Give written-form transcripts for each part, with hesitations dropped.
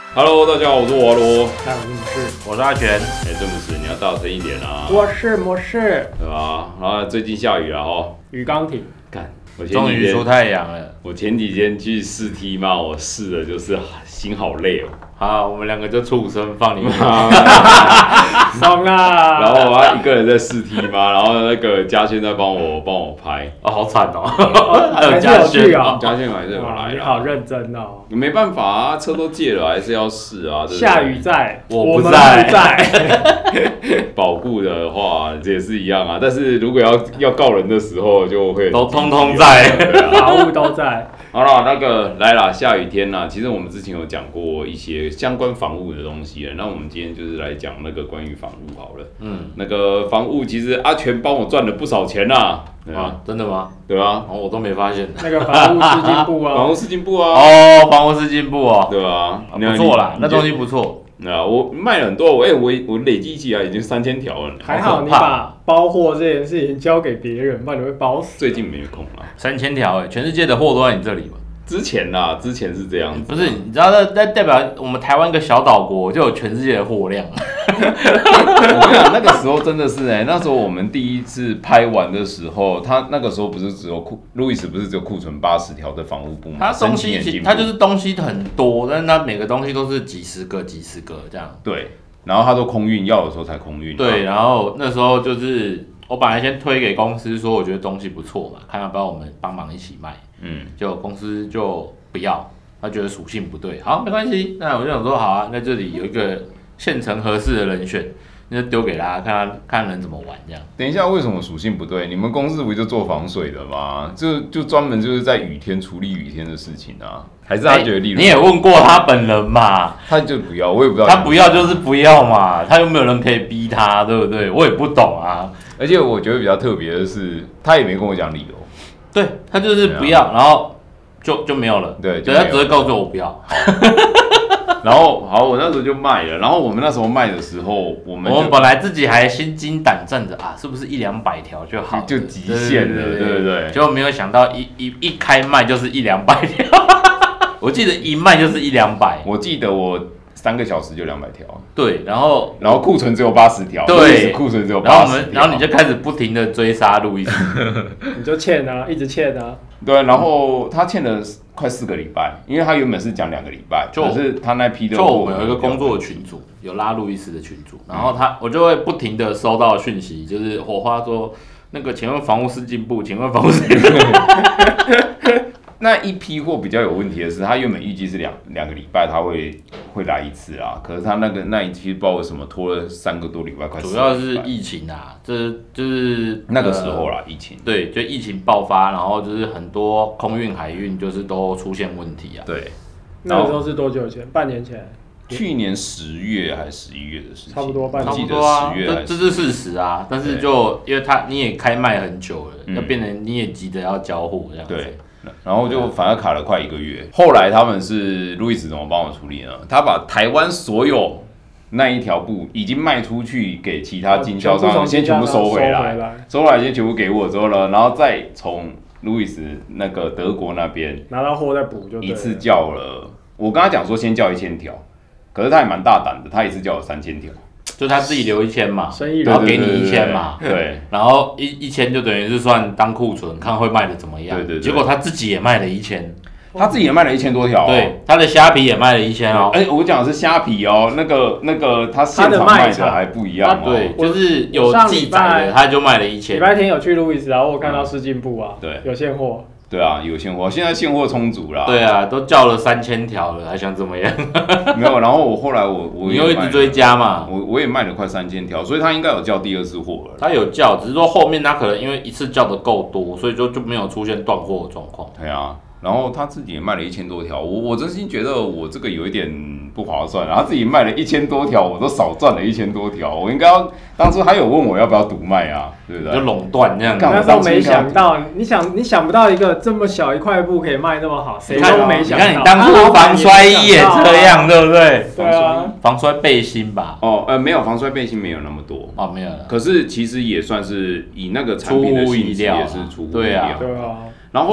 Hello， 大家好，我是华罗。 那我是模式， 我是阿全。 詹姆斯，你要大声一点啊！ 我是模式， 对吧？然后最近下雨了哦， 鱼缸体， 干， 终于出太阳了。 我前几天去试踢嘛，我试的就是心好累哦。 好，我们两个就畜生放你们。 爽啦！ 然后我一个人在试踢嘛，然后那个嘉轩在帮我拍。 哦，好惨哦！ 还有嘉轩哦，嘉轩还是有来你啦。 好认真哦。 没办法啊，车都借了，还是要试啊。对不对下雨在， 我们不在。 保固的话这也是一样啊，但是如果要告人的时候，就会都通通在， 法务都在。 好了，那个来啦，下雨天啦。其实我们之前有讲过一些相关房屋的东西了，那我们今天就是来讲那个关于房屋好了。那个房屋其实阿全帮我赚了不少钱啦。 啊，真的吗？ 对啊， 我都没发现。 那个房屋资金部啊， 房屋资金部啊。 哦，房屋资金部哦。 对啊， 不错啦，那东西不错。 我卖了很多，我累积起来已经3000条了。 还好你把包货这件事情交给别人，不然你会包死。 最近没空啦 ，3000条全世界的货都在你这里嘛。 之前是这样子， 不是，你知道那代表我们台湾一个小岛国就有全世界的货量。 我跟你讲，那个时候真的是那时候我们第一次拍完的时候，他那个时候不是只有路易斯不是只有库存80条的房屋部吗？ 他东西他就是东西很多，但是他每个东西都是几十个这样。 对，然后他都空运，要的时候才空运。 对，然后那时候就是我本来先推给公司说，我觉得东西不错嘛，看要不要我们帮忙一起卖。结果公司就不要，他觉得属性不对。好，没关系，那我就想说，好啊，那这里有一个现成合适的人选，那就丢给他，看人怎么玩这样。 等一下，为什么属性不对？你们公司不就做防水的吗？就专门就是在雨天处理雨天的事情啊？还是他觉得利润？ 你也问过他本人嘛？ 他就不要，我也不知道。 他不要就是不要嘛，他又没有人可以逼他，对不对？我也不懂啊。 而且我觉得比较特别的是，他也没跟我讲理由。 对，他就是不要，然后就没有了。对，他只会告诉我不要。 然后好，我那时候就卖了。然后我们那时候卖的时候，我们本来自己还心惊胆战的啊，是不是100-200条就好， 就极限了，对不对？ 结果没有想到一开卖就是100-200条。我记得一卖就是100-200。 我记得我3个小时就200条。 对，然后库存只有80条。 对， 库存只有80条。 然后你就开始不停的追杀路易斯， 你就欠啊，一直欠啊。 对，然后他欠了快4个礼拜，因为他原本是讲2个礼拜，可是他那批的就我们有一个工作的群组，有拉路易斯的群组，然后我就会不停的收到讯息，就是火花说那个，请问房屋司进部，请问房屋司进部。 那一批货比较有问题的是，他原本预计是两个礼拜他会来一次啊，可是他那一批不知道为什么拖了3个多礼拜，快4个礼拜。 主要是疫情啊，就是那个时候啦，疫情。 对，就疫情爆发，然后就是很多空运海运就是都出现问题啊。 对， 那个时候是多久前？半年前。 去年10月还是11月的事情， 差不多半年。 记得10月还是。 这是事实啊，但是就因为你也开卖很久了，要变成你也急着要交货这样子。 对。然后就反而卡了快1个月。后来他们是路易斯怎么帮我处理呢？他把台湾所有那一条布已经卖出去给其他经销商，先全部收回来，先全部给我之后呢，然后再从路易斯那个德国那边拿到货再补就对了。 一次叫了，我跟他讲说先叫1000条，可是他也蛮大胆的，他一次叫了3000条。 就他自己留1000嘛， 生然后给你1000嘛， 对， 然后1000就等于是算当库存，看会卖的怎么样。 对， 结果他自己也卖了1000， 他自己也卖了1000多条。 对，他的虾皮也卖了1000哦。 我讲的是虾皮哦，那个他现场卖的还不一样哦。 对，就是有记载的，他就卖了1000。 礼拜天有去路易斯，然后我看到试进部啊， 对， 有现货。 对啊，有现货，现在现货充足啦。 对啊，都叫了3000条了，还想怎么样？ 没有，然后我后来我你又一直追加嘛， 我也卖了快3000条，所以他应该有叫第2次货了。 他有叫，只是说后面他可能因为一次叫的够多，所以就没有出现断货的状况。 对啊，然后他自己也卖了1000多条，我真心觉得我这个有一点不划算，然后自己卖了1000多条，我都少赚了1000多条，我应该要当初还有问我要不要独卖啊，对不对？ 就垄断这样子。 那时候没想到，你想不到一个这么小一块布可以卖那么好，谁都没想到。 你看你当初防摔衣也这样，对不对？ 对啊， 防摔背心吧？ 没有，防摔背心没有那么多哦，没有了。 可是其实也算是以那个产品的性质也是出乎意料。 对啊。 然后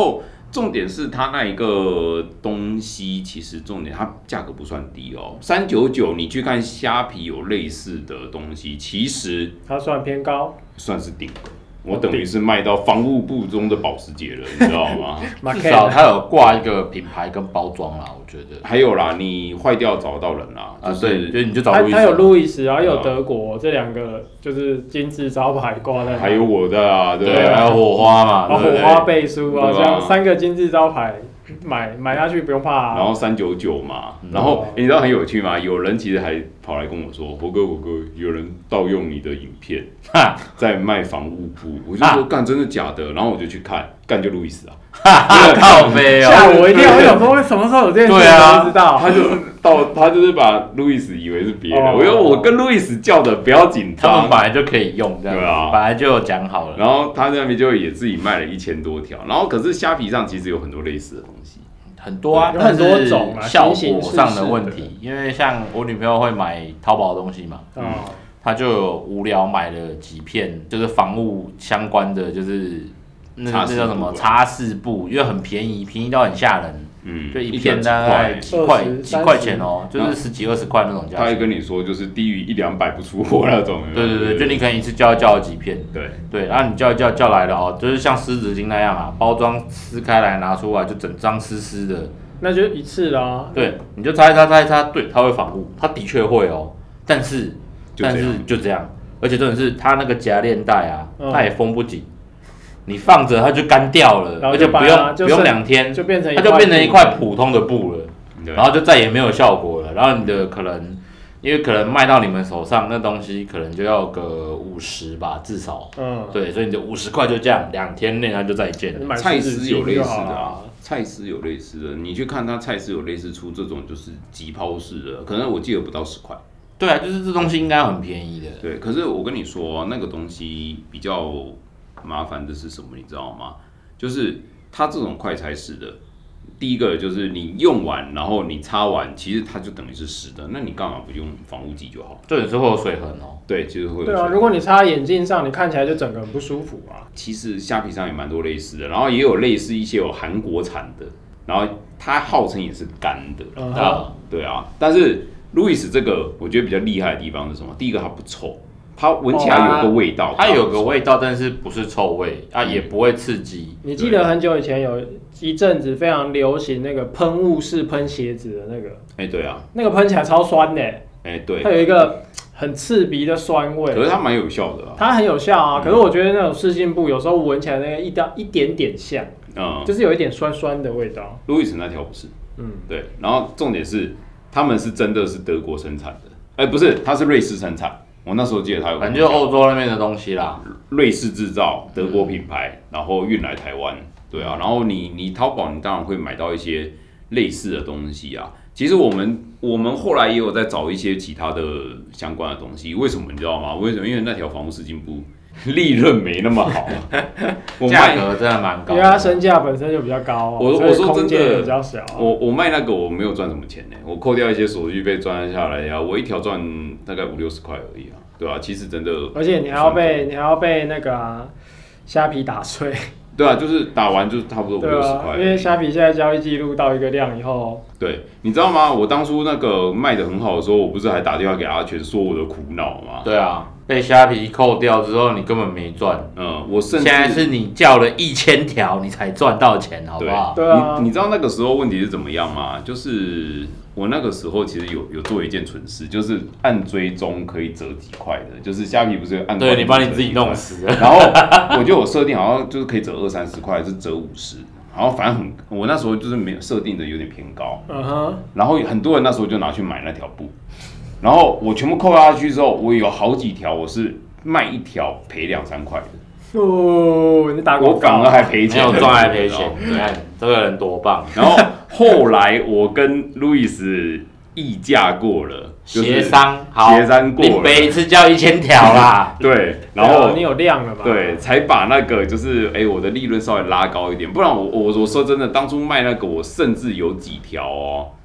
重点是它那一个东西，其实重点它价格不算低哦，399你去看虾皮有类似的东西，其实它算偏高， 算是顶的。我等于是卖到防务部中的保时捷了，你知道吗？ 至少它有挂一个品牌跟包装啦，我觉得。 还有啦，你坏掉找得到人啦， 对，就你就找路易斯。 它有路易斯，然后有德国，这2个就是金字招牌挂在。 还有我的啊，对不对？ 还有火花嘛， 火花倍数啊，这样3个金字招牌。买下去不用怕啊。 然后399嘛，然后你知道很有趣吗？有人其实还跑来跟我说，火哥，有人盗用你的影片，在卖房屋部，我就说干真的假的？然后我就去看，干就路易斯啊， 靠背哦， 吓我一跳，我想说什么时候有这件事？对啊，不知道。 他就是把路易斯以为是别人，我跟路易斯叫的不要紧张， 他们本来就可以用，这样对啊，本来就有讲好了。 然后他那边就也自己卖了1000多条，然后可是虾皮上其实有很多类似的东西。 很多啊， 有很多种啊， 效果上的问题。因为像我女朋友会买淘宝的东西嘛，她就有无聊买了几片，就是房屋相关的，就是那叫什么擦拭布，因为很便宜，便宜到很吓人。就一片大概几块钱哦，就是10几20块那种价钱。 他会跟你说，就是低于100-200不出货那种。 对，就你可能一次叫几片。对，然后你叫来了哦，就是像湿纸巾那样啊，包装撕开来拿出来就整张湿湿的。 那就一次啦。 对，你就擦一擦，对，它会防护，它的确会哦，但是就这样，而且重点是它那个夹链带啊，它也封不紧。你放着它就干掉了，而且不用2天，它就变成一块普通的布了，然后就再也没有效果了。然后你的因为可能卖到你们手上那东西可能就要个50吧，至少。对，所以你的50块就这样2天内它就再见了。 蔡司有类似的啊，蔡司有类似的，你去看它蔡司有类似出这种就是急抛式的，可能我记得不到10块。 对啊，就是这东西应该很便宜的。 对，可是我跟你说，那个东西比较麻烦的是什么，你知道吗？就是它这种快拆式的，第一个就是你用完，然后你擦完，其实它就等于是湿的，那你干嘛不用防污剂就好？ 这也是会有水痕哦。 对，其实会有水痕。对啊，如果你擦眼镜上，你看起来就整个很不舒服啊。 其实虾皮上也蛮多类似的，然后也有类似一些有韩国产的，然后它号称也是干的对啊。但是路易斯这个我觉得比较厉害的地方是什么？第一个它不臭。它闻起来有个味道， 它有个味道，但是不是臭味啊，也不会刺激。 你记得很久以前有一阵子非常流行那个喷雾式喷鞋子的那个， 对啊， 那个喷起来超酸的， 对， 它有一个很刺鼻的酸味。 可是它蛮有效的啊， 它很有效啊。可是我觉得那种湿性布有时候闻起来那个一点点像，就是有一点酸酸的味道。 路易斯那条不是，对。然后重点是他们是真的是德国生产的，不是，它是瑞士生产。我那时候记得它有， 反正就欧洲那边的东西啦， 瑞士制造，德国品牌，然后运来台湾，对啊，然后你淘宝你当然会买到一些类似的东西啊。其实我们后来也有在找一些其他的相关的东西，为什么你知道吗？为什么？因为那条防污湿巾布利润没那么好， 价格真的蛮高， 因为它身价本身就比较高， 我说真的比较小。 我卖那个我没有赚什么钱呢，我扣掉一些手续费赚下来呀，我一条赚大概50-60块而已啊，对啊，其实真的， 而且你还要被那个虾皮打税。 对啊，就是打完就差不多50-60块， 因为虾皮现在交易记录到一个量以后， 对，你知道吗？我当初那个卖的很好的时候，我不是还打电话给阿全说我的苦恼吗？ 对啊，被虾皮扣掉之后，你根本没赚。 我甚至现在是你叫了1000条，你才赚到钱，好不好？ 对啊， 你知道那个时候问题是怎么样吗？就是我那个时候其实有做一件蠢事，就是按追踪可以折几块的，就是虾皮不是按对你把你自己弄死了， 然后我就有设定好像就是可以折20-30块，是折50，然后反正我那时候就是没有设定的有点偏高，然后很多人那时候就拿去买那条布，然后我全部扣下去之后，我有好几条我是卖一条赔2-3块的。 你打广告， 我反而还赔钱， 没有赚还赔钱，你看这个人多棒。 然后后来我跟路易斯议价过了， 协商过了， 你每一次交1000条啦。 对，然后你有量了吧？ 对，才把那个就是我的利润稍微拉高一点，不然我说真的，当初卖那个我甚至有几条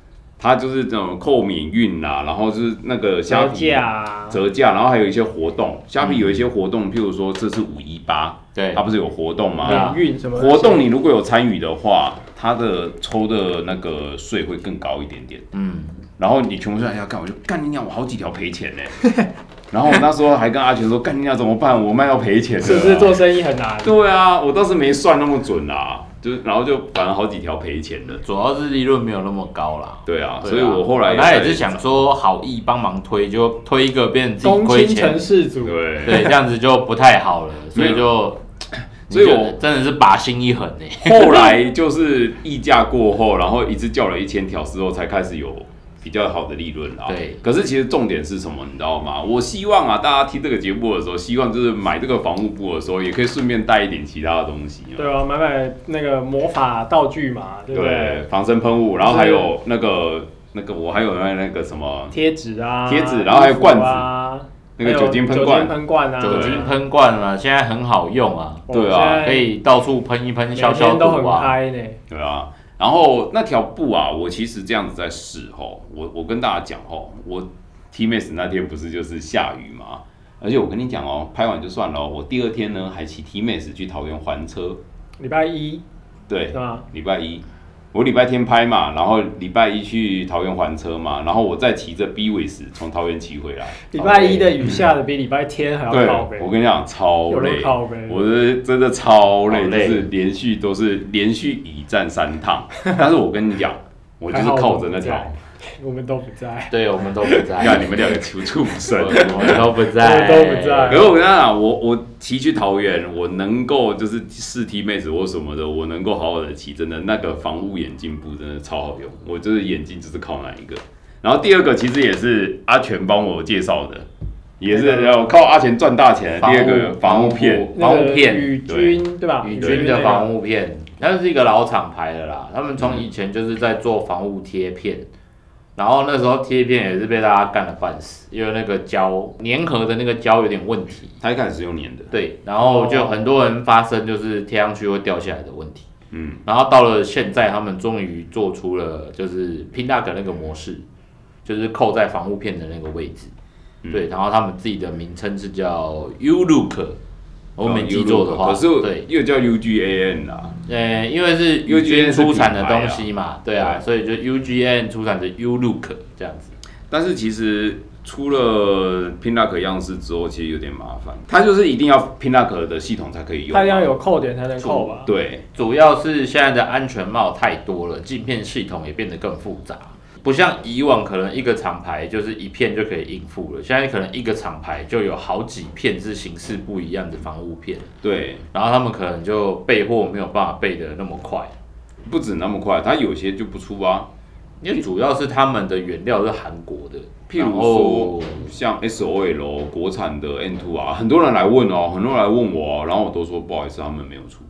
它就是这种扣免运啦，然后就是那个虾皮折价，然后还有一些活动，虾皮有一些活动，譬如说这是518， 对， 它不是有活动吗？ 免运什么活动你如果有参与的话，它的抽的那个税会更高一点点。然后你全部算一下看，我就干你娘，我好几条赔钱呢。然后我那时候还跟阿全说，干你娘怎么办？我卖要赔钱的。 是不是做生意很难？ 对啊，我倒是没算那么准啦。然后就反正好几条赔钱了， 主要是利润没有那么高啦。 对啊，所以我后来也是想说好意帮忙推，就推一个变成自己亏钱， 功倾世主， 对， 这样子就不太好了，所以我真的是拔心一横后来就是议价过后，然后一次叫了1000条之后，才开始有比较好的利润啦。 对， 可是其实重点是什么，你知道吗？我希望啊，大家听这个节目的时候，希望就是买这个防护布的时候，也可以顺便带一点其他的东西。 对啊，买那个魔法道具嘛，对不对？ 对，防身喷雾，然后还有那个我还有那个什么贴纸啊， 然后还有罐子。那个酒精喷罐啊， 酒精喷罐啊，现在很好用啊， 对啊， 可以到处喷一喷，消毒啊， 每天都很嗨呢。 对啊。然后那条布啊，我其实这样子在试吼，我跟大家讲吼，我 T-Max 那天不是就是下雨嘛，而且我跟你讲哦，拍完就算了，我第2天呢还骑 T-Max 去桃园还车， 礼拜1， 对，礼拜1，我礼拜天拍嘛，然后礼拜1去桃园还车嘛，然后我再骑着 B-Wis 从桃园骑回来。 礼拜1的雨下的比礼拜天还要靠北。 我跟你讲超累，我真的超累，就是连续以战3趟。但是我跟你讲，我就是靠着那条。 我们都不在， 对，我们都不在。 看你们2个处不胜， 我们都不在， 可是我跟他讲，我骑去桃园，我能够就是试 T-Max 或什么的，我能够好好的骑，真的那个防雾眼镜布真的超好用。我就是眼镜就是靠那一个，然后第2个其实也是阿全帮我介绍的，也是要靠阿全赚大钱的。第2个防雾片， 宇军对吧？ 宇军的防雾片，它是一个老厂牌的啦，他们从以前就是在做防雾贴片。然后那时候贴片也是被大家干得半死，因为那个胶粘合的那个胶有点问题。 它一开始是用粘的， 对，然后就很多人发生就是贴上去会掉下来的问题。然后到了现在，他们终于做出了就是Pinlock那个模式，就是扣在防护片的那个位置。对，然后他们自己的名称是叫 U-Look。我没记错的话， 可是对，又叫 UGAN 啦。 因为是 UGN 出产的东西嘛，对啊，所以就 UGN 出产的 U-Look 这样子。 但是其实出了 Pinlock 样式之后，其实有点麻烦。它就是一定要 Pinlock 的系统才可以用， 它要有扣点才能扣吧？ 对， 主要是现在的安全帽太多了，镜片系统也变得更复杂。不像以往可能一个厂牌就是一片就可以应付了，现在可能一个厂牌就有好几片是形式不一样的防雾片。 对， 然后他们可能就备货没有办法备得那么快， 不止那么快，它有些就不出啊， 因为主要是他们的原料是韩国的， 譬如说像 SOL 国产的 N2 啊，很多人来问哦，很多人来问我，然后我都说不好意思，他们没有出。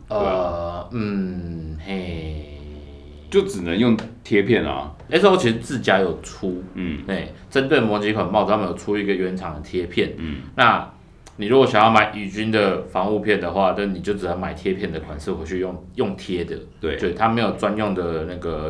就只能用贴片啊。 SO 其实自家有出，针对某几款帽子，他们有出一个原厂的贴片。那你如果想要买宇军的防雾片的话，那你就只能买贴片的款式回去用贴的。对，它没有专用的那个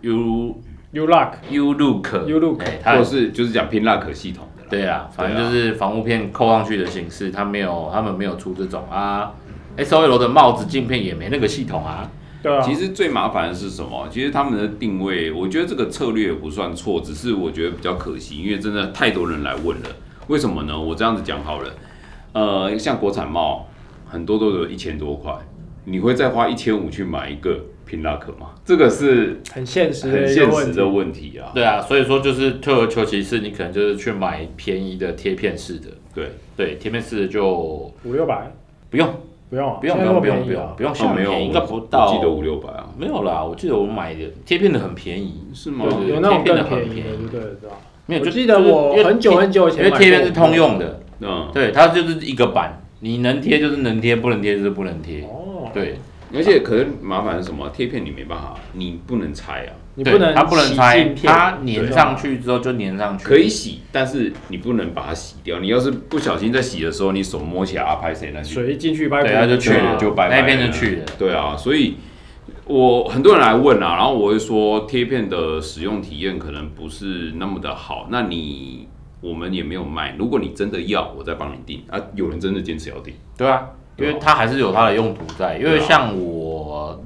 U-Look， 或者是就是讲 Pinlock 系统的。 对啊，反正就是防雾片扣上去的形式，他们没有出这种啊。SOL 的帽子镜片也没那个系统啊。 对啊， 其实最麻烦的是什么？其实他们的定位，我觉得这个策略也不算错，只是我觉得比较可惜，因为真的太多人来问了。为什么呢？我这样子讲好了，像国产帽，很多都有1000多块，你会再花1500去买一个 Pinlock 吗？这个是很现实的问题啊。 对啊，所以说就是退而求其次，你可能就是去买便宜的贴片式的。对，贴片式的就 500-600， 不用。 不用， 现在很便宜，应该不到。 我记得500-600啊。 没有啦，我记得我买的贴片的很便宜， 是吗？ 有那种更便宜的，对吧？没有，我记得我很久以前， 因为贴片是通用的，对，它就是一个版，你能贴就是能贴，不能贴就是不能贴。对。 而且可是麻烦是什么？贴片你没办法，你不能拆啊。 它不能拆，它粘上去之后就粘上去。 可以洗，但是你不能把它洗掉。你要是不小心在洗的时候，你手摸起来拍谁那水一进去， 对，它就去了，就拜拜， 那边就去了。 对啊，所以很多人来问啊，然后我会说贴片的使用体验可能不是那么的好，那我们也没有卖，如果你真的要，我再帮你订啊。有人真的坚持要订， 对啊，因为它还是有它的用途在，因为像我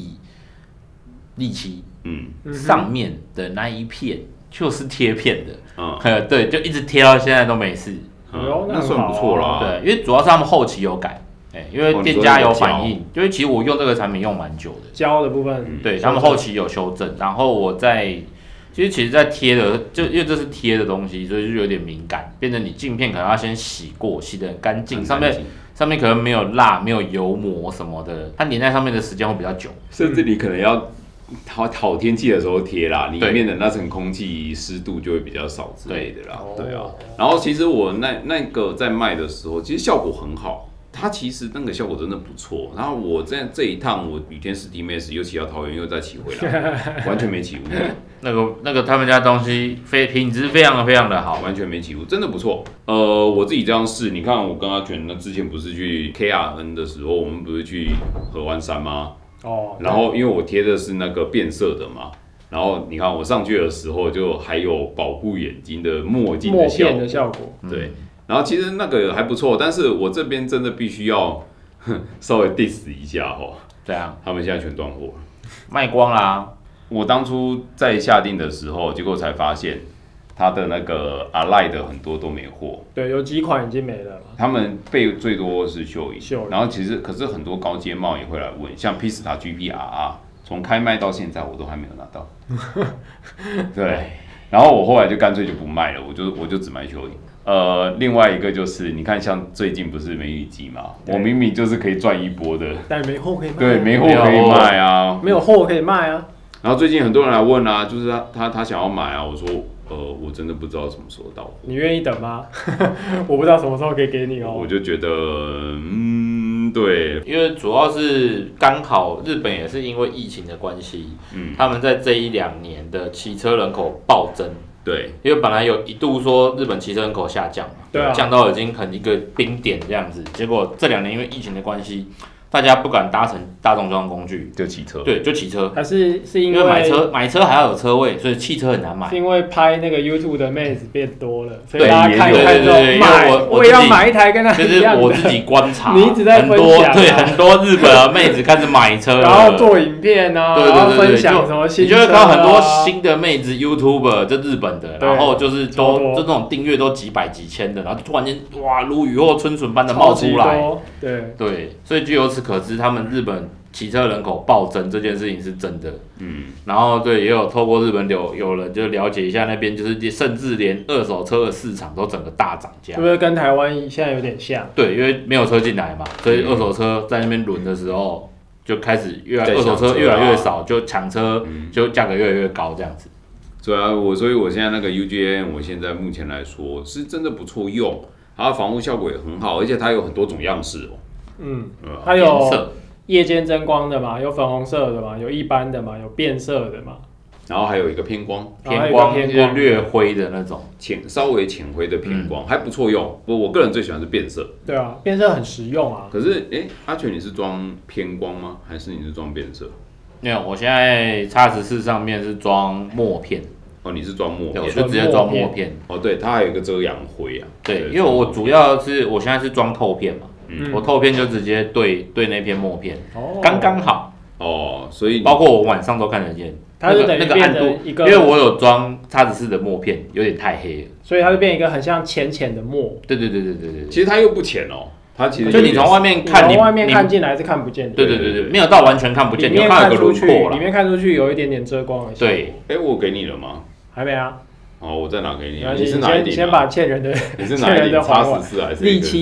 Z7，上面的那一片就是贴片的，对，就一直贴到现在都没事， 那算不错啦。 对，因为主要是他们后期有改。因为店家有反映，因为其实我用这个产品用蛮久的， 胶的部分， 对他们后期有修正，然后我其实在贴的，就因为这是贴的东西，所以就有点敏感，变成你镜片可能要先洗过，洗得很干净，上面可能没有蜡、没有油膜什么的，它粘在上面的时间会比较久， 甚至你可能要好天气的时候贴啦，里面的那层空气湿度就会比较少之类的啦，对啊。然后其实我那个在卖的时候，其实效果很好。它其实那个效果真的不错，然后我这一趟我雨天10T Max 又骑到桃园又再骑回来，完全没起雾。 那个他们家东西品质非常的好， 完全没起雾，真的不错。我自己这样试，你看我跟阿全那之前不是去 KRN 的时候，我们不是去合欢山吗？然后因为我贴的是那个变色的嘛，然后你看我上去的时候就还有保护眼睛的墨镜的效果， 对。然后其实那个还不错，但是我这边真的必须要稍微 diss 一下哦。 对啊， 他们现在全断货了， 卖光啦。 我当初在下定的时候，结果才发现它的那个 Align 的很多都没货。 对，有几款已经没了。 他们备最多是秀影，然后可是很多高阶帽也会来问，像 Pista GPRR 从开卖到现在我都还没有拿到。对，然后我后来就干脆就不卖了，我就只卖秀影。另外一个就是你看，像最近不是梅雨季嘛，我明明就是可以赚一波的， 但没货可以卖。 对，没货可以卖啊， 没有货可以卖啊。 然后最近很多人来问啊，就是他想要买啊，我说我真的不知道什么时候到货。 你愿意等吗？我不知道什么时候可以给你哦。 我就觉得对， 因为主要是刚好日本也是因为疫情的关系，他们在这1-2年的骑车人口暴增。 对， 因为本来有一度说日本骑车人口下降嘛， 对啊， 降到已经一个冰点这样子，结果这2年因为疫情的关系，大家不敢搭乘大众交通工具， 就骑车， 对，就骑车， 还是因为买车还要有车位，所以汽车很难买。 是因为拍那个 YouTube 的妹子变多了，所以大家看一看之后买， 我也要买一台跟他一样的。 就是我自己观察， 你一直在分享， 对，很多日本的妹子开始买车， 然后做影片啊，然后分享什么新车， 你就会看到很多新的妹子 YouTuber， 就日本的，然后就是就那种订阅都几百几千的，然后突然间哇如雨后春笋般的冒出来，对，所以就由此可知，他们日本骑车人口暴增这件事情是真的。然后对，也有透过日本有人就了解一下那边，就是甚至连二手车的市场都整个大涨价， 是不是跟台湾现在有点像？ 对，因为没有车进来嘛，所以二手车在那边轮的时候，就开始二手车越来越少，就抢车，就价格越来越高这样子。 对啊，所以我现在那个 UGN， 我现在目前来说是真的不错用，它的防护效果也很好，而且它有很多种样式哦。 它有夜间增光的嘛，有粉红色的嘛，有一般的嘛，有变色的嘛， 然后还有一个偏光就是略灰的那种， 稍微浅灰的偏光，还不错用。我个人最喜欢是变色。 对啊，变色很实用啊。 可是阿全你是装偏光吗？还是你是装变色？ 没有，我现在X14上面是装墨片。 你是装墨片， 我就直接装墨片。 对，它还有一个遮阳灰啊。 对，因为我主要是我现在是装透片嘛。我透片就直接对那片墨片，刚刚好所以包括我晚上都看得见。 它就等于那个暗度，因为我有装X14的墨片，有点太黑了， 所以它就变一个很像浅的墨。 对， 其实它又不浅哦，它其实就你从外面看， 从外面看进来是看不见的。 对，没有到完全看不见，你看有个轮廓里面看出去有一点点遮光的效果。 对， 我给你了吗？ 还没啊。 我再拿给你。 你是哪一顶？先把欠人的， 你是哪一顶？X14还是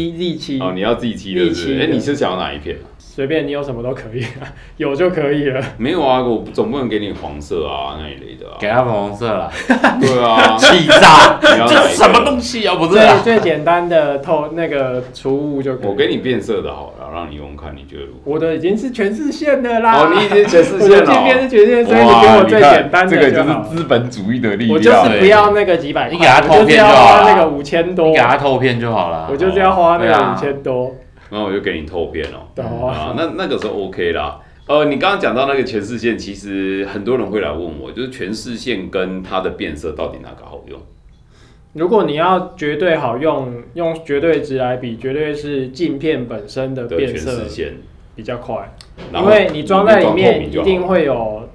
Z7？ 你要 Z7的是不是？你是想要哪一片？ 随便你有什么都可以啊，有就可以了。 没有啊，我总不能给你黄色啊那一类的。 给他粉红色啦。 对啊， 气炸！这是什么东西啊？不是最简单的那个除雾就可以。 我给你变色的好了，让你用看，你觉得如何？ 我的已经是全视线的啦。 你已经全视线了。 我这边是全视线，所以你给我最简单的。 这个就是资本主义的力量。 我就是不要那个几百块， 你给他透片就好了。那个5000多， 你给他透片就好了。 我就是要花那个5000多。 那我就给你透片哦。 那个时候 OK 啦。 你刚刚讲到那个全视线，其实很多人会来问我，就是全视线跟它的变色到底哪个好用？ 如果你要绝对好用，用绝对值来比，绝对是镜片本身的变色比较快，因为你装在里面一定会有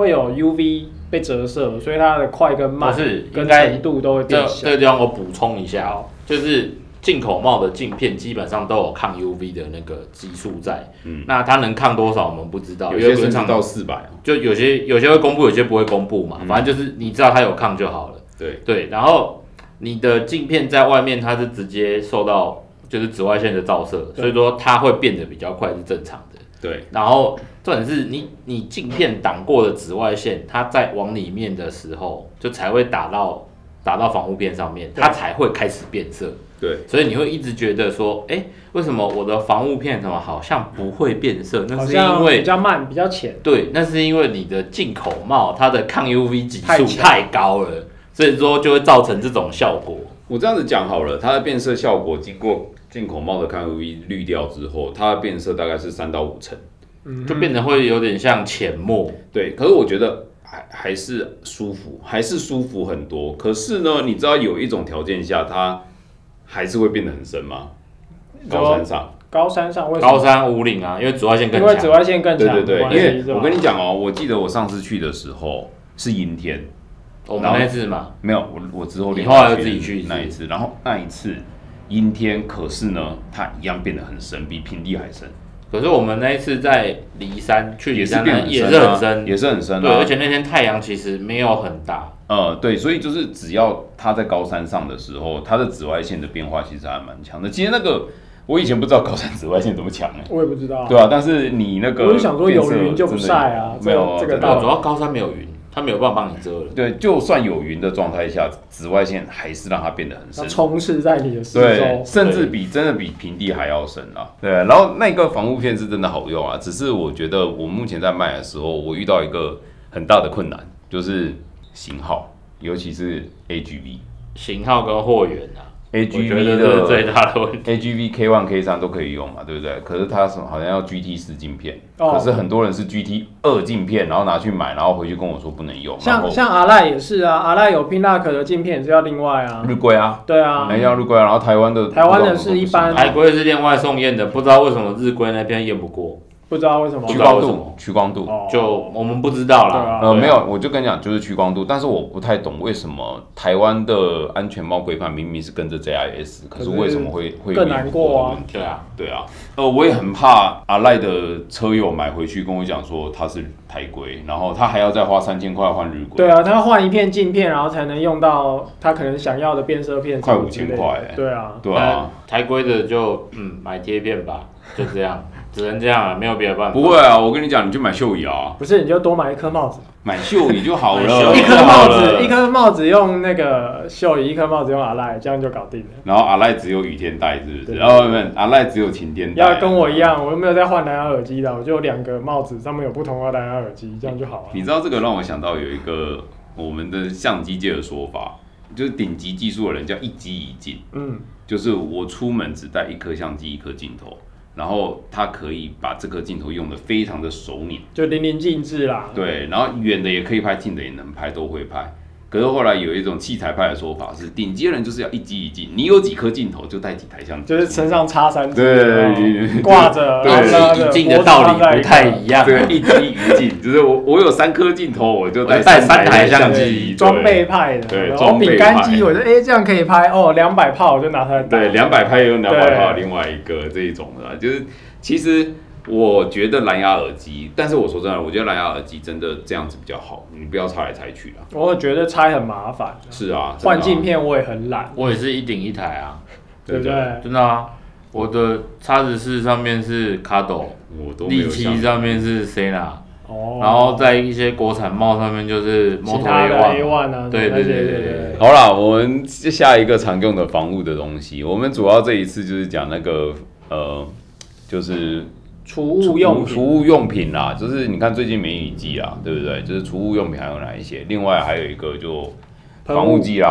UV 被折射，所以它的快跟慢跟程度都会变小。 这个地方我补充一下就是进口帽的镜片基本上都有抗 UV 的那个级数在，那它能抗多少我们不知道， 有些甚至到400， 就有些会公布，有些不会公布嘛，反正就是你知道它有抗就好了。对，然后你的镜片在外面它是直接受到就是紫外线的照射，所以说它会变得比较快是正常的。 对， 然后重点是你镜片挡过的紫外线，它在往里面的时候就才会打到防护片上面，它才会开始变色。 对， 所以你会一直觉得说，为什么我的防护片怎么好像不会变色？那是因为比较慢、比较浅。 对，那是因为你的进口帽它的抗 UV 级数太高了，所以说就会造成这种效果。 我这样子讲好了，它的变色效果经过进口帽的抗 UV 滤掉之后，它的变色大概是3到5成， 就变得会有点像浅墨。 对，可是我觉得还是舒服，还是舒服很多。可是呢，你知道有一种条件下，它还是会变得很深吗？高山上为什么？ 高山五岭啊，因为紫外线更强。 因为紫外线更强。 对，因为我跟你讲我记得我上次去的时候是阴天。 我们那次嘛， 没有，我之后你后来自己去那一次，然后那一次阴天，可是呢，它一样变得很深，比平地还深。 可是我们那一次在梨山去梨山也是很深， 也是很深， 对，而且那天太阳其实没有很大。 对，所以就是只要它在高山上的时候，它的紫外线的变化其实还蛮强的。其实那个我以前不知道高山紫外线怎么强我也不知道。 对啊，但是你那个我就想说有云就不晒啊， 没有这个主要高山没有云。它没有办法帮你遮了。 对，就算有云的状态下，紫外线还是让它变得很深， 充斥在你的四周， 对，甚至真的比平地还要深啊。对，然后那个防护片是真的好用啊，只是我觉得我目前在卖的时候，我遇到一个很大的困难，就是型号，尤其是 AGV 型号跟货源啊。 AGV 的最大的问题 ，AGV K1、K3 都可以用嘛，对不对？可是它好像要 GT4镜片，可是很多人是 GT2镜片，然后拿去买，然后回去跟我说不能用。 像阿赖也是啊，阿赖有 Pinac 的镜片也是要另外啊。 日规啊， 对啊， 要日规啊，然后台湾的是一般， 台规是另外送验的，不知道为什么日规那边验不过。 不知道为什么趋光度， 就我们不知道啦。 没有，我就跟你讲，就是趋光度，但是我不太懂为什么台湾的安全帽规范明明是跟着 JIS， 可是为什么会更难过啊？ 对啊，我也很怕阿赖的车友买回去跟我讲说他是台规，然后他还要再花3000块换日规。 对啊，他要换一片镜片，然后才能用到他可能想要的变色片， 快5000块。 对啊， 台规的就买贴片吧，就这样。只能这样啊，没有别的办法。 不会啊，我跟你讲，你就买秀仪啊。 不是，你就多买一颗帽子。 买秀仪就好了。 一颗帽子用那个秀仪，一颗帽子用阿赖，这样就搞定了。 然后阿赖只有雨天戴，是不是？然后阿赖只有晴天戴。 要跟我一样，我又没有在换蓝牙耳机的，我就有2个帽子，上面有不同的蓝牙耳机，这样就好了。 你知道这个让我想到有一个我们的相机界的说法，就是顶级技术的人叫一机一镜。就是我出门只带1颗相机、1颗镜头。然后它可以把这颗镜头用得非常的熟练， 就淋漓尽致啦。 对，然后远的也可以拍，近的也能拍，都会拍。可是后来有一种器材派的说法是，顶级人就是要一机一镜，你有几颗镜头就带几台相机， 就是身上插3支， 对， 挂着， 一镜的道理不太一样。 对，一机一镜，就是我有3颗镜头，我就带 3台相机， 装备派的。 对， 装备派。饼干机，我就这样可以拍200炮，我就拿它来打。 对，200拍用200炮，另外一个这一种的，就是其实。我觉得蓝牙耳机，但是我说真的，我觉得蓝牙耳机真的这样子比较好，你不要拆来拆去啦。 我觉得拆很麻烦。 是啊， 换镜片我也很懒。 我也是1顶1台啊， 对不对？ 真的啊，我的X14上面是 Kado， 利七上面是 Sena， 然后在一些国产帽上面就是Moto A1 啊， 对。 好啦，我们下一个常用的防护的东西，我们主要这一次就是讲那个就是储物用品啦，就是你看最近梅雨季啦，对不对？就是储物用品还有哪一些？另外还有一个就防护剂啦，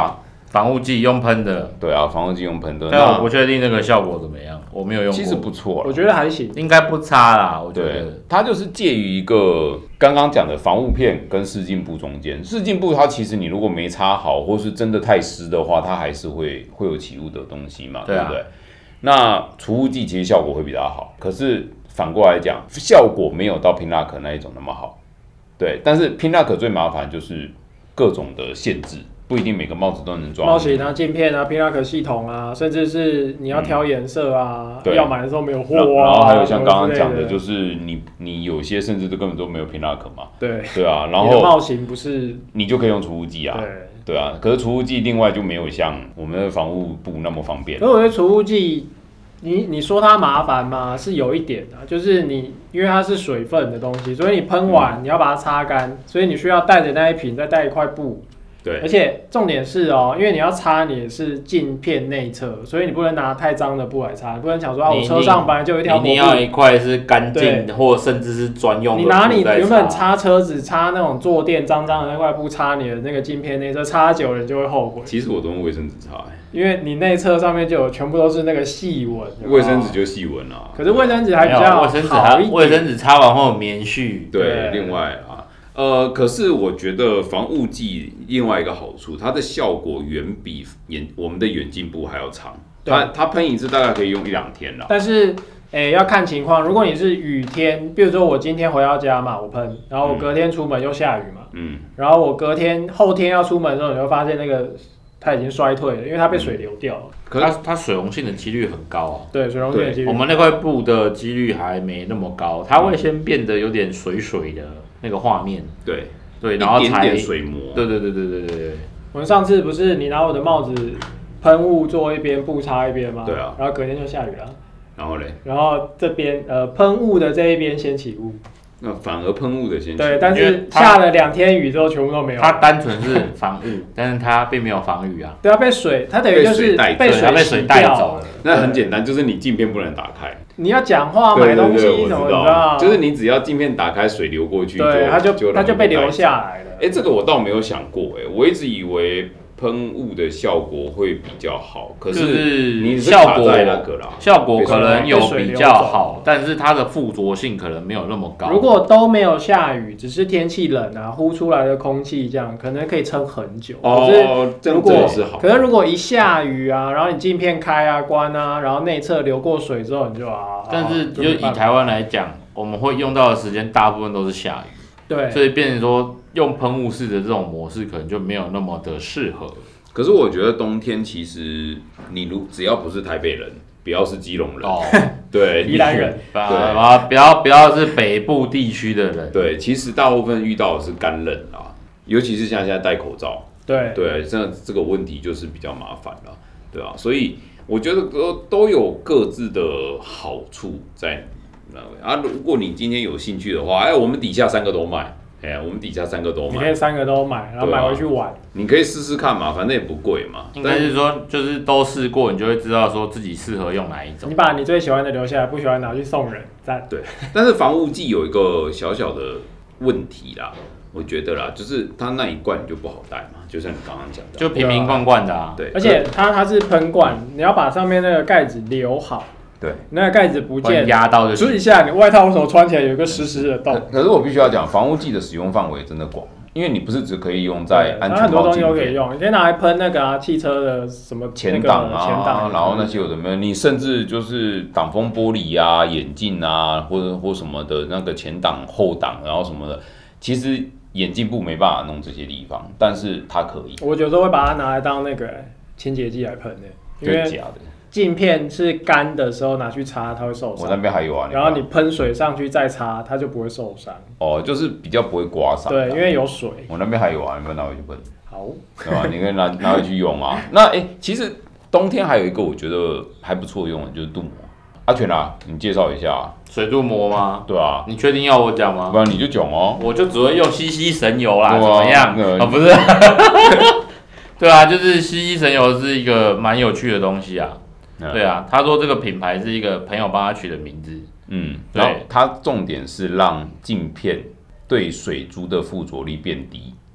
防雾剂用喷的， 对啊，防雾剂用喷的。 但我不确定那个效果怎么样，我没有用过。 其实不错， 我觉得还行， 应该不差啦。我觉得它就是介于一个刚刚讲的防雾片跟湿净布中间。湿净布它其实你如果没擦好，或是真的太湿的话，它还是会有起雾的东西嘛，对不对？那除雾剂其实效果会比较好，可是反过来讲，效果没有到 Pinlock 那一种那么好。对，但是 Pinlock 最麻烦就是各种的限制。不一定每个帽子都能装帽型啊、镜片啊、Pinlock 系统啊，甚至是你要挑颜色啊，要买的时候没有货啊。 然后还有像刚刚讲的，就是你有些甚至都根本都没有 Pinlock 嘛。对啊，然后帽型不是你就可以用除雾剂啊。对啊，可是除雾剂另外就没有像我们的防雾布那么方便。 可是我觉得除雾剂，你说它麻烦吗？是有一点的，就是因为它是水分的东西，所以你喷完你要把它擦干，所以你需要带着那一瓶再带一块布。 对， 而且重点是因为你要擦你是镜片内侧，所以你不能拿太脏的布来擦，你不能想说我车上本来就有一条抹布， 你要一块是干净或甚至是专用的布。 你拿你原本擦车子擦那种坐垫脏脏的那块布擦你的那个镜片内侧，擦久了你就会后悔。 其实我都用卫生纸擦， 因为你内侧上面就有全部都是那个细纹， 卫生纸就细纹啊。 可是卫生纸还比较好一点， 卫生纸擦完后有棉絮。 对，另外啊。可是我觉得防雾剂另外一个好处，它的效果远比我们的远近布还要长。它喷一次大概可以用1-2天啦。 但是，要看情况。如果你是雨天，比如说我今天回到家嘛，我喷，然后我隔天出门又下雨嘛，然后我后天要出门的时候，你会发现那个它已经衰退了，因为它被水流掉了。 可是它水溶性的几率很高啊。 对，水溶性的几率。 我们那块布的几率还没那么高，它会先变得有点水水的。那个画面，对，然后才一点点水膜， 对。 我们上次不是你拿我的帽子喷雾做一边，布擦一边吗？ 对啊。 然后隔天就下雨了。 然后嘞？ 然后这边喷雾的这一边先起雾。 那反而喷雾的先起雾。 对，但是下了2天雨之后，全部都没有。 它单纯是防雾，但是它并没有防雨啊。 对啊，被水，它等于就是被水带走了。 那很简单，就是你镜片不能打开。 你要讲话买东西什么，你知道？ 就是你只要镜片打开，水流过去， 对，它就被流下来了。 这个我倒没有想过，我一直以为喷雾的效果会比较好，可是你效果在那个啦， 效果可能有比较好，但是它的附着性可能没有那么高。 如果都没有下雨，只是天气冷啊，呼出来的空气这样，可能可以撑很久。 这样是好。 可是如果一下雨啊，然后你镜片开啊关啊，然后内侧流过水之后，你就但是就以台湾来讲，我们会用到的时间大部分都是下雨。 对， 所以变成说用喷雾式的这种模式可能就没有那么的适合。 可是我觉得冬天其实你只要不是台北人，不要是基隆人，对， 宜兰人， 不要是北部地区的人， 对，其实大部分遇到的是干冷啊，尤其是像现在戴口罩，对，这个问题就是比较麻烦了，对啊，所以我觉得都有各自的好处在。如果你今天有兴趣的话，我们底下3个都卖，我们底下3个都买， 你可以3个都买，然后买回去玩。 你可以试试看嘛，反正也不贵嘛。 应该是说，就是都试过，你就会知道说自己适合用哪一种。 你把你最喜欢的留下来，不喜欢拿去送人，赞。 对，但是防雾剂有一个小小的问题啦，我觉得啦，就是它那一罐就不好带嘛，就像你刚刚讲的， 就瓶瓶罐罐的啊。 对，而且它是喷罐，你要把上面那个盖子留好。 对， 那个盖子不见， 压到就注意一下，你外套为什么穿起来有一个湿湿的洞？ 可是我必须要讲，防雾剂的使用范围真的广，因为你不是只可以用在安全帽镜片， 很多东西都可以用，你可以拿来喷那个汽车的什么前挡啊，然后那些有的没有，你甚至就是挡风玻璃啊、眼镜啊，或什么的那个前挡、后挡，然后什么的，其实眼镜布没办法弄这些地方，但是它可以。 我有时候会把它拿来当那个清洁剂来喷的， 因为假的。 镜片是干的时候拿去擦，它会受伤。 我那边还有啊， 然后你喷水上去再擦，它就不会受伤。 就是比较不会刮伤。 对，因为有水。 我那边还有啊，你们拿回去喷。 好， 对吧？你可以拿回去用啊。那其实冬天还有一个我觉得还不错用的，就是镀膜。阿全啊，你介绍一下。 水镀膜吗？ 对啊。 你确定要我讲吗？ 不然你就讲哦。 我就只会用西西神油啦，怎么样？不是。对啊，就是西西神油是一个蛮有趣的东西啊。对啊，他说这个品牌是一个朋友帮他取的名字。然后它重点是让镜片对水珠的附着力变低，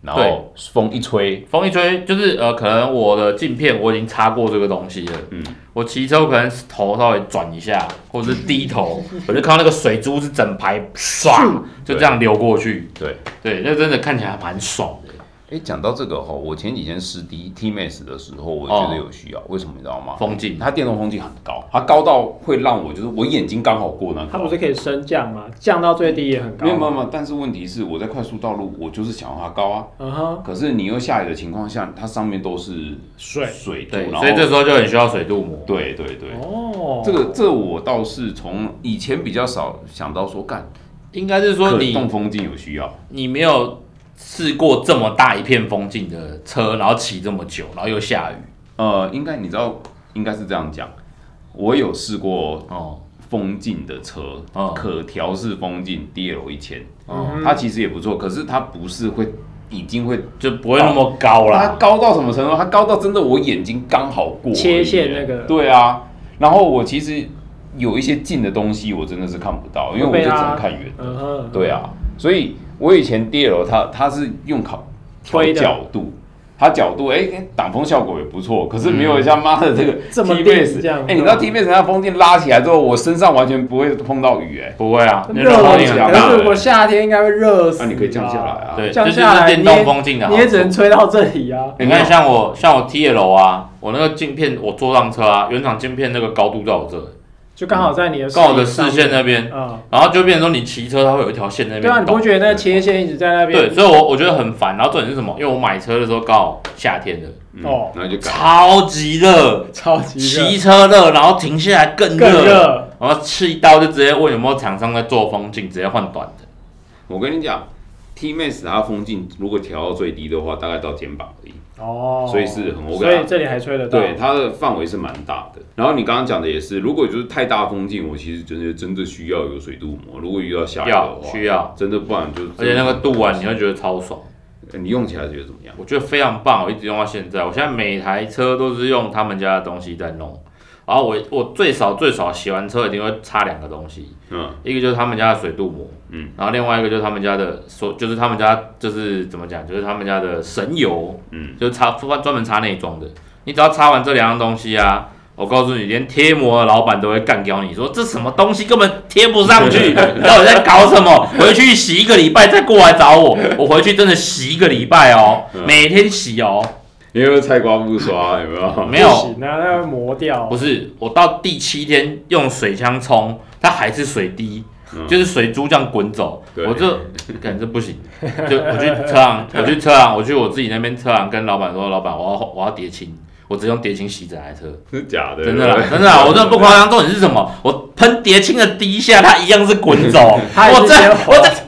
然后风一吹就是可能我的镜片我已经擦过这个东西了，我骑车可能头稍微转一下，或者是低头，我就看到那个水珠是整排唰就这样流过去，对，那真的看起来蛮爽的。 讲到这个我前几天试 T-Max 的时候，我觉得有需要，为什么你知道吗？ 风镜， 它电动风镜很高，它高到会让我就是我眼睛刚好过那个。 它不是可以升降吗？降到最低也很高。 没有，但是问题是我在快速道路，我就是想要它高啊。可是你又下雨的情况下，它上面都是水度， 对，所以这时候就很需要水镀膜。 对。这我倒是从以前比较少想到说干， 应该是说你可动风镜有需要， 你没有试过这么大一片风镜的车，然后骑这么久，然后又下雨。 应该你知道，应该是这样讲。我有试过风镜的车，可调式风镜 DL1000，它其实也不错，可是它不是会已经会就不会那么高啦。 它高到什么程度？它高到真的我眼睛刚好过切线那个。 对啊，然后我其实有一些近的东西我真的是看不到，因为我就只能看远的。对啊，所以。我以前 DL 它是用调角度，它角度挡风效果也不错，可是没有像妈的这个 T-Max 这样。你知道 T-Max 它风镜拉起来之后，我身上完全不会碰到雨不会啊， 热起来。可是如果夏天应该会热死。 那你可以降下来啊， 对， 降下来电动风镜的， 你也只能吹到这里啊。 你看像我 TL 啊，我那个镜片我坐上车啊，原厂镜片那个高度在我这。 就刚好在你的刚好的视线那边，然后就变成说你骑车它会有一条线那边。 对啊，你不觉得那个切线一直在那边？ 对，所以我觉得很烦。然后重点是什么？因为我买车的时候刚好夏天的， 那就超级热，骑车热，然后停下来更热，然后吃一刀就直接问有没有厂商在做风镜，直接换短的。 我跟你讲 ，T-Max 它风镜如果调到最低的话，大概到肩膀而已。所以是很 OK， 所以这里还吹得到。 对，它的范围是蛮大的。然后你刚刚讲的也是，如果就是太大风镜，我其实真的需要有水镀膜。如果遇到下雨的话， 需要真的，不然就而且那个镀完你会觉得超爽。 你用起来觉得怎么样？ 我觉得非常棒，我一直用到现在。我现在每台车都是用他们家的东西在弄。然后我最少洗完车一定会擦2个东西，一个就是他们家的水镀膜，然后另外一个就是他们家的就是他们家就是怎么讲，就是他们家的神油，就是专门擦内装的。你只要擦完这2样东西啊，我告诉你，连贴膜的老板都会干掉你说这什么东西根本贴不上去，到底在搞什么？回去洗1个礼拜再过来找我，我回去真的洗1个礼拜哦，每天洗哦。 你有没有菜瓜布刷？有没有？ 没有， 那会磨掉。 不是，我到第7天用水枪冲，它还是水滴，就是水珠这样滚走。我就感觉不行，就我去车行，我去我自己那边车行跟老板说，老板我要叠清，我只用叠清洗整台车。 是假的？ 真的啦，真的啦，我真的不夸张。重点是什么？我喷叠清的第一下，它一样是滚走。我这。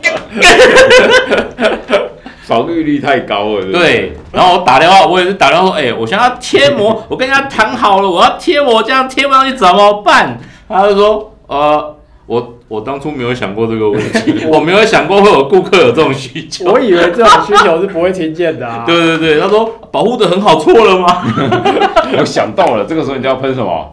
防御力太高了。 对，然后我也是打电话说，我现在要贴膜，我跟人家谈好了，我要贴膜，这样贴不上去怎么办？他就说，我当初没有想过这个问题，我没有想过会有顾客有这种需求。 我以为这种需求是不会听见的啊。 对，他说保护的很好，错了吗？ 我想到了，这个时候你就要喷什么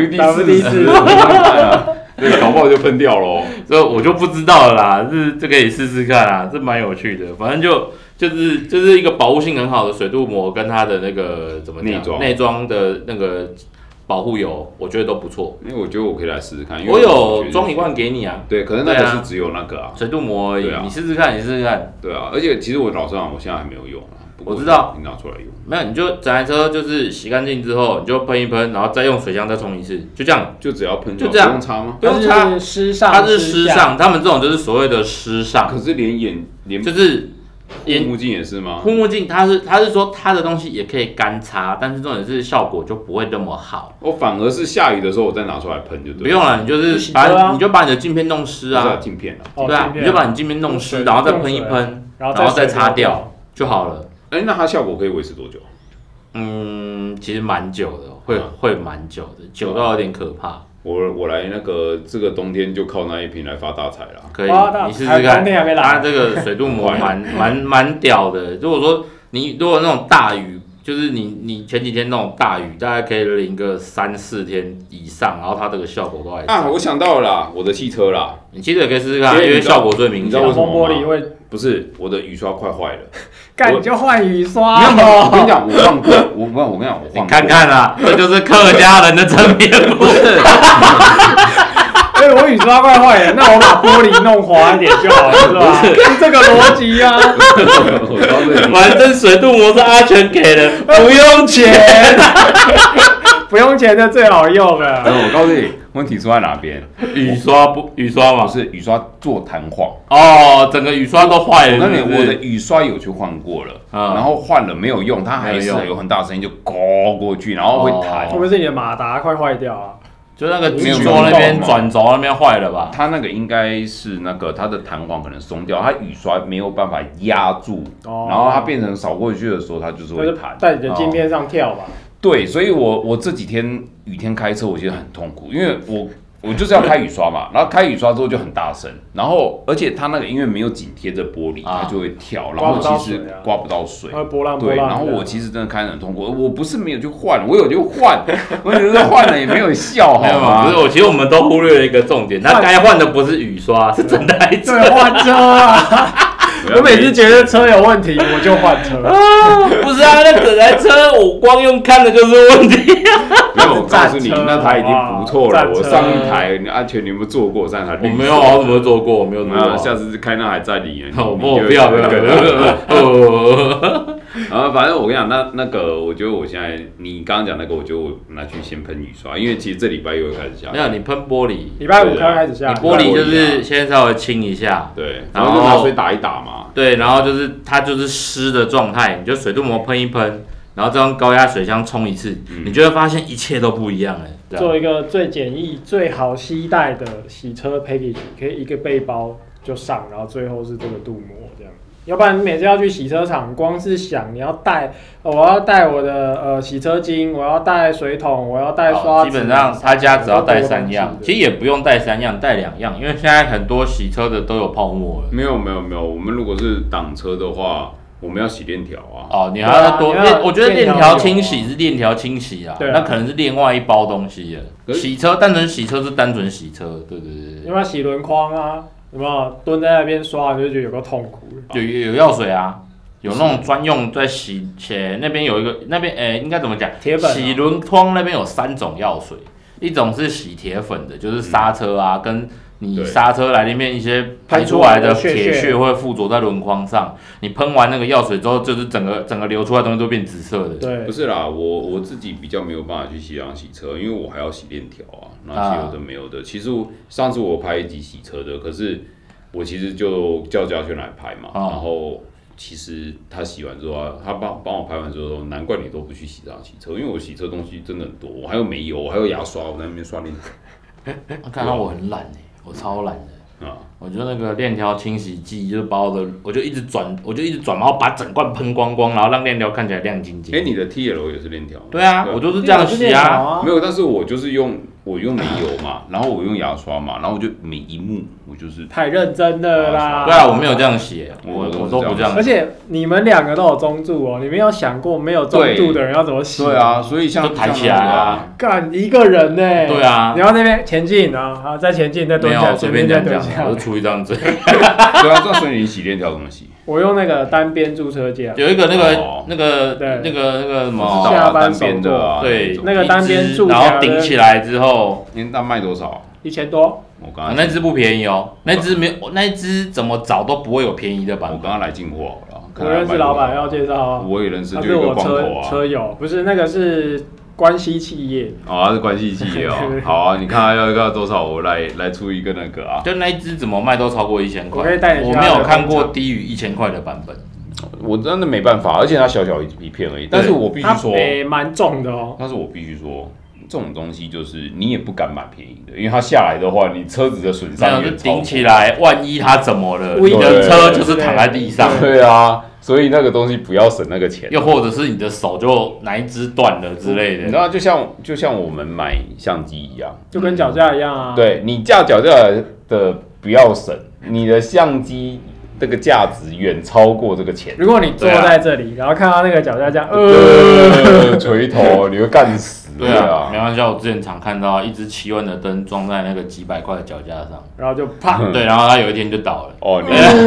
WD-4， 对，搞不好就喷掉咯。 所以我就不知道了啦，这可以试试看啦，这蛮有趣的。反正就是一个保护性很好的水镀膜，跟它的那个怎么讲内装的那个保护油，我觉得都不错。 因为我觉得我可以来试试看，因为我有装1罐给你啊。 对，可是那个是只有那个水镀膜而已，你试试看。 对啊，而且其实我老实讲，我现在还没有用啊。 我知道， 你拿出来用。 没有，你就整台车就是洗干净之后，你就喷一喷，然后再用水枪再冲一次，就这样。 就只要喷， 就这样， 不用擦吗？ 不用擦，它是湿上，他们这种就是所谓的湿上。 可是连就是护目镜也是吗？ 护目镜他是说他的东西也可以干擦，但是重点是效果就不会那么好。 我反而是下雨的时候我再拿出来喷就对了。 不用了，你就是把你的镜片弄湿啊。 镜片啊。 对啊，你就把你镜片弄湿，然后再喷一喷，然后再擦掉就好了。 那它效果可以维持多久？ 其实蛮久的，会蛮久的，久到有点可怕。 我来这个冬天就靠那一瓶来发大财啦。 可以，你试试看。它这个水镀膜蛮屌的。如果说你那种大雨就是你前几天那种大雨，大概可以淋个3-4天以上，然后它这个效果都还在。 啊，我想到了啦，我的汽车啦， 你汽车也可以试试看，因为效果最明显。 你知道为什么吗？ 玻璃会不是我的雨刷快坏了， 干你就换雨刷。 我跟你讲，我换过，我跟你讲，我换过。 你看看啊，这就是客家人的真面目。 我雨刷快坏了，那我把玻璃弄滑一点就好了，是吧？是这个逻辑啊。 反正水镀膜是阿全给的，不用钱。 不用钱的最好用了。 我告诉你，问题出在哪边？ 雨刷嘛， 不是雨刷做弹簧哦，整个雨刷都坏了。 我的雨刷有去换过了，然后换了没有用，它还是有很大声音就勾过去，然后会弹。 会不会是你的马达快坏掉啊？ 就那个机桌那边转轴那边坏了吧？ 它那个应该是那个它的弹簧可能松掉，它雨刷没有办法压住，然后它变成扫过去的时候，它就是会弹， 在你的镜片上跳吧。 对，所以我这几天雨天开车，我觉得很痛苦，因为我就是要开雨刷嘛，然后开雨刷之后就很大声，然后而且它那个因为没有紧贴着玻璃，它就会跳，然后其实刮不到水，对，然后我其实真的开得很痛苦，我不是没有去换，我有去换，我觉得换了也没有效，好吗？ 不是，其实我们都忽略了一个重点，它该换的不是雨刷，是整台车。 对，换车啊！我每次觉得车有问题，我就换车。 不是啊，那整台车我光用看的就是问题。 没有，我告诉你，那台已经不错了。我上一台安全你有没有坐过？上一台我没有，我怎么坐过？我没有坐过。 下次开那还在里， 不要。 然后反正我跟你讲，那个，我觉得我现在你刚刚讲那个，我觉得我拿去先喷雨刷，因为其实这礼拜又会开始下。 没有，你喷玻璃， 礼拜5开始下。 你玻璃就是先稍微清一下， 对，然后就拿水打一打嘛。 对，然后就是它就是湿的状态，你就水镀膜喷一喷，然后再用高压水枪冲一次，你就会发现一切都不一样了。 做一个最简易、最好携带的洗车 package， 可以一个背包就上，然后最后是这个镀膜这样。要不然你每次要去洗车场，光是想你要带，我要带我的洗车精，我要带水桶，我要带刷子。 基本上他家只要带3样，其实也不用带3样，带2样，因为现在很多洗车的都有泡沫了。 没有，我们如果是挡车的话，我们要洗链条啊。 哦，你还要多我觉得链条清洗是链条清洗啊，那可能是另外一包东西了。洗车单纯洗车是单纯洗车，对。 有没有洗轮框啊？有没有蹲在那边刷，你就觉得有个痛苦？ 有药水啊，有那种专用在洗，且那边有一个应该怎么讲？ 铁粉。 洗轮框那边有3种药水，一种是洗铁粉的，就是刹车啊，跟你刹车来里面一些排出来的铁屑会附着在轮框上。你喷完那个药水之后，就是整个流出来的东西都变紫色的。 对， 不是啦，我自己比较没有办法去洗车，因为我还要洗链条啊，那些有的没有的。其实上次我拍一集洗车的，可是我其实就叫嘉轩来拍嘛，然后其实他洗完之后他帮我拍完之后，难怪你都不去洗车，因为我洗车东西真的很多，我还有煤油，我还有牙刷，我在那边刷链条。 看到我很懒我超懒的。我就那个链条清洗剂，就是把我就一直转，然后把整罐喷光光，然后让链条看起来亮晶晶。 你的 TL 也是链条？ 对啊，我就是这样洗啊。 没有，但是我就是用煤油嘛，然后我用牙刷嘛，然后我就每一幕我就是太认真了啦。 对啊，我没有这样洗，我都不这样。 而且你们2个都有中柱哦，你们有想过没有中柱的人要怎么洗？ 对啊，所以像就抬起来啊， 干一个人呢。 对啊， 你要那边前进啊，好再前进再蹲下， 随便这样讲，我就出一张嘴。 对啊，这所以你洗链条怎么洗？ 我用那个单边驻车架， 有一个那个什么下班单边的， 对， 那个单边驻， 然后顶起来之后， 那卖多少 ？1000多。 那只不便宜哦，那只怎么找都不会有便宜的版本。 我刚刚来进货好了， 我认识老板要介绍啊， 我也认识， 他是我车友，不是那个是关系企业。 哦，他是关系企业哦。好啊，你看他要多少，我来出一个那个啊。 就那一只怎么卖都超过1000块， 我没有看过低于1000块的版本。 我真的没办法，而且它小小一片而已。但是我必须说， 蛮重的哦。 但是我必须说，这种东西就是你也不敢买便宜的，因为它下来的话，你车子的损伤也顶起来，万一它怎么了，你的车就是躺在地上。 对啊，所以那个东西不要省那个钱。 又或者是你的手就哪一只断了之类的。 你知道，就像我们买相机一样， 就跟脚架一样啊。 对，你架脚架的不要省，你的相机这个价值远超过这个钱。 如果你坐在这里，然后看到那个脚架这样， 垂头，你会干死。 对啊，没关系，我之前常看到一支7万的灯装在那个几百块的脚架上， 然后就啪， 对，然后它有一天就倒了。 哦，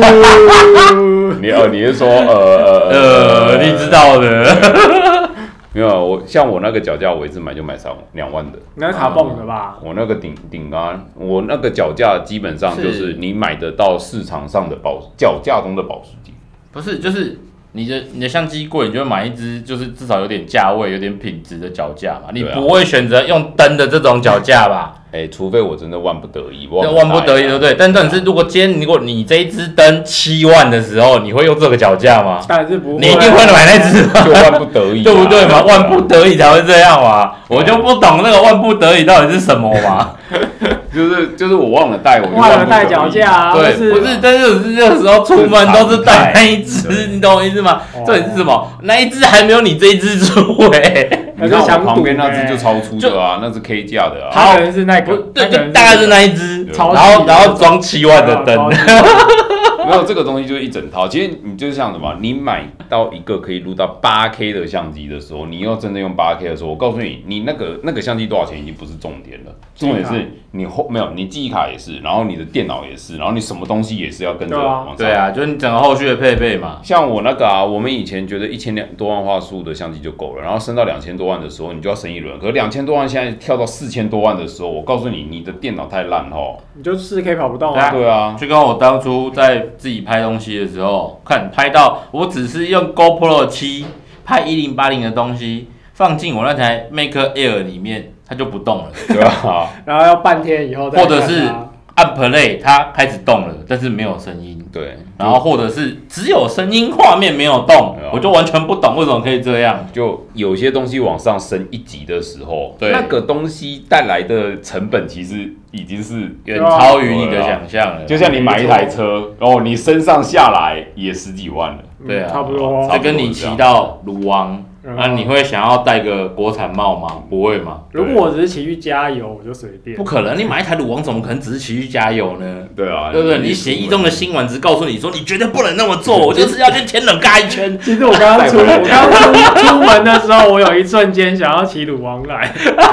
你是说你知道的。 没有，像我那个脚架，我一次买就买2万的。 那是卡蹦的吧？ 我那个顶杆，我那个脚架基本上就是你买得到市场上的脚架中的保时捷。 不是，就是你的相机贵，你就会买一支就是至少有点价位、有点品质的脚架嘛。你不会选择用灯的这种脚架吧？ 除非我真的万不得已。 万不得已，对不对？但重点是，如果你这一支灯7万的时候，你会用这个脚架吗？ 当然是不会。 你一定会买那支， 就万不得已， 对不对嘛？万不得已才会这样嘛。我就不懂那个万不得已到底是什么嘛。 就是我忘了带， 忘了带脚架啊。 对，不是，但是这个时候出门都是带那一支，你懂我意思吗？这里是什么？那一支还没有你这一支粗你看我旁边那支就超粗的啊，那是 K 架的啊。 他可能是那个， 对，就大概是那一支，然后装7万的灯。 没有这个东西就是一整套。其实你就是像什么，你买到一个可以录到8K 的相机的时候，你要真的用8K 的时候，我告诉你，你那个相机多少钱已经不是重点了，重点是你记忆卡也是，然后你的电脑也是，然后你什么东西也是要跟着往上。 对啊，就是你整个后续的配备嘛。 像我那个啊，我们以前觉得1000多万画素的相机就够了，然后升到2000多万的时候，你就要升一轮。可是2000多万现在跳到4000多万的时候，我告诉你，你的电脑太烂吼， 你就4K 跑不动啊。 对啊， 就跟我当初在自己拍东西的时候，拍到我只是用 GoPro 7拍1080的东西，放进我那台 Mac Air 里面，它就不动了， 对吧？ 然后要半天以后再看它， 或者是按 Play 它开始动了，但是没有声音， 对， 然后或者是只有声音，画面没有动，我就完全不懂为什么可以这样。 就有些东西往上升一级的时候， 对， 那个东西带来的成本其实已经是远超于你的想象了。 就像你买一台车，然后你升上下来也10几万了， 对啊， 差不多。 就跟你骑到鲁王。你会想要戴个国产帽吗？不会嘛。 如果我只是骑去加油，我就随便。 不可能，你买一台鲁王怎么可能只是骑去加油呢？ 对啊， 对不对？你协议中的新闻只告诉你说，你绝对不能那么做，我就是要去天冷嘎一圈。 其实我刚刚出门的时候，我有一瞬间想要骑鲁王来。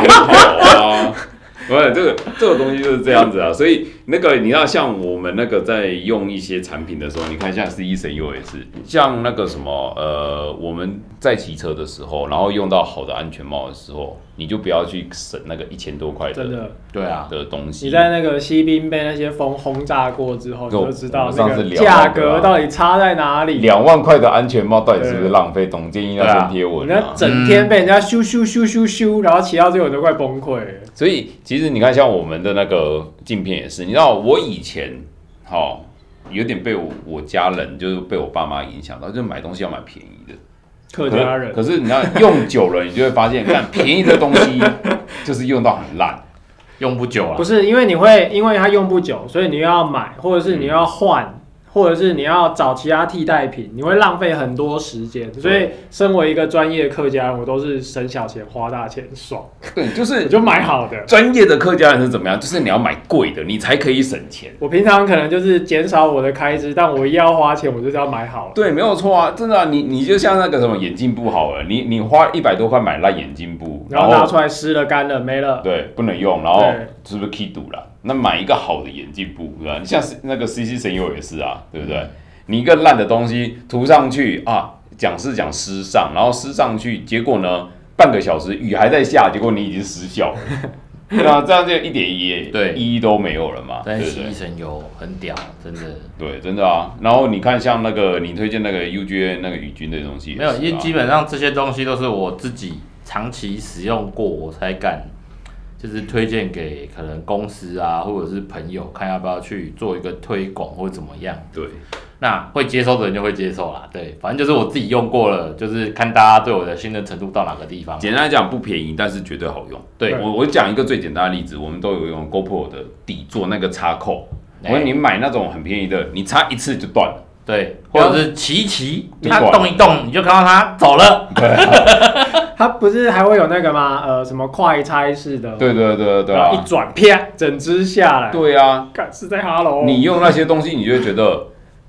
不是这个东西就是这样子啊，所以那个你要像我们那个在用一些产品的时候，你看像 C1 神佑也是，像那个什么我们在骑车的时候，然后用到好的安全帽的时候，你就不要去省那个1000多块的， 真的， 对啊的东西。 你在那个西滨被那些风轰炸过之后，你就知道那个价格到底差在哪里。 2万块的安全帽到底是不是浪费？董建议那篇贴文， 你那整天被人家咻咻咻咻咻，然后骑到最后都快崩溃了。 所以其实你看，像我们的那个镜片也是，你知道我以前有点被我家人就是被我爸妈影响到，就买东西要买便宜的。 客家人， 可是你要用久了，你就会发现，看便宜的东西就是用到很烂， 用不久啊。 不是因为它用不久，所以你又要买，或者是你要换。或者是你要找其他替代品，你会浪费很多时间。所以，身为一个专业的客家人，我都是省小钱花大钱，爽。 对，就是我就买好的。 专业的客家人是怎么样？就是你要买贵的，你才可以省钱。 我平常可能就是减少我的开支，但我一要花钱，我就是要买好。 对，没有错啊，真的啊，你就像那个什么眼镜布好了，你花100多块买烂眼镜布， 然后拿出来湿了干了没了， 对，不能用，然后是不是 key 堵了？那买一个好的眼镜布，对吧？你像那个 CC 神友也是啊，对不对？你一个烂的东西涂上去啊，讲湿上，然后湿上去，结果呢，半个小时雨还在下，结果你已经失效了，那这样就一点意义都没有了嘛。 但是CC神友很屌，真的。 对，真的啊。然后你看，像那个你推荐那个 UGA 那个宇君的东西， 没有，因为基本上这些东西都是我自己长期使用过，我才敢。就是推荐给可能公司啊，或者是朋友，看要不要去做一个推广或者怎么样。 对， 那会接受的人就会接受啦。对，反正就是我自己用过了，就是看大家对我的信任程度到哪个地方。 简单来讲，不便宜，但是绝对好用。 对， 我讲一个最简单的例子，我们都有用 GoPro 的底座那个插扣。我说你买那种很便宜的，你插一次就断了。 对，或者是骑一骑，它动一动，你就看到它走了。 对。 它不是还会有那个吗？什么快拆式的？ 对啊！ 一转，啪，整只下来。 对啊， 是在哈喽。 你用那些东西，你就会觉得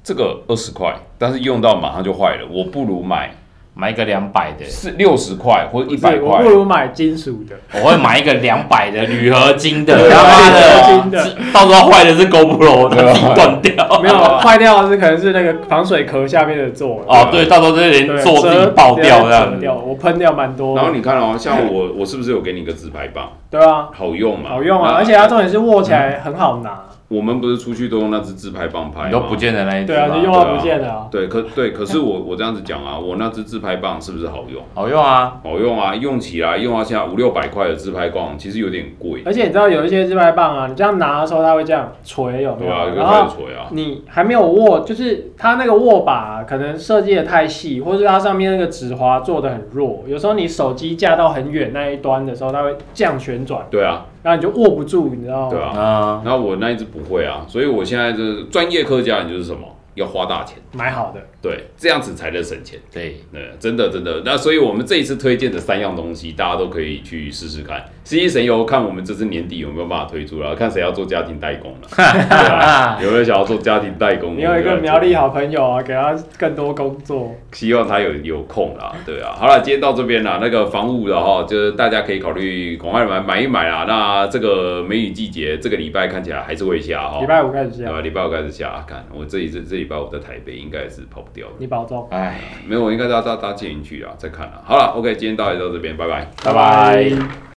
这个20块，但是用到马上就坏了，我不如买一个200的， 是60块或者100块， 我不如买金属的。 我会买一个200的铝合金的， 他妈的， 到时候坏的是 GoPro， 它自己断掉。 没有坏掉的是可能是那个防水壳下面的座。 哦，对，到时候就连座自己爆掉这样子。 我喷掉蛮多。 然后你看哦，像我是不是有给你一个自拍棒？ 对啊， 好用嘛， 好用啊，而且它重点是握起来很好拿。 我们不是出去都用那支自拍棒拍吗？ 你都不见的那一支。 对啊，你用到不见了啊。 对，可是我这样子讲啊，我那支自拍棒是不是好用？ 好用啊， 好用啊，用起来用到现在500-600块的自拍棒，其实有点贵。 而且你知道有一些自拍棒啊，你这样拿的时候它会这样垂，有没有？ 对啊， 然后垂啊。 你还没有握，就是它那个握把可能设计的太细，或是它上面那个指滑做的很弱，有时候你手机架到很远那一端的时候，它会这样旋转。 对啊。 然后你就握不住，你知道吗？ 对啊，然后我那一只不会啊，所以我现在这专业客家人就是什么，要花大钱买好的， 对，这样子才能省钱。 对， 真的。那所以我们这一次推荐的3样东西，大家都可以去试试看。CJ 神游看我们这次年底有没有办法推出了，看谁要做家庭代工了。有没有想要做家庭代工？ 你有一个苗栗好朋友啊，给他更多工作， 希望他有空啦。对啊，好了，今天到这边啦。那个房屋的哈，就是大家可以考虑赶快买一买啦。那这个梅雨季节，这个礼拜看起来还是会下哈。 礼拜5开始下， 对吧？礼拜5开始下，看我这礼拜我在台北应该是跑不掉的。 你保重。 哎，没有，我应该搭捷运去啦，再看啦。好了 ，OK， 今天到这边，拜拜， 拜拜。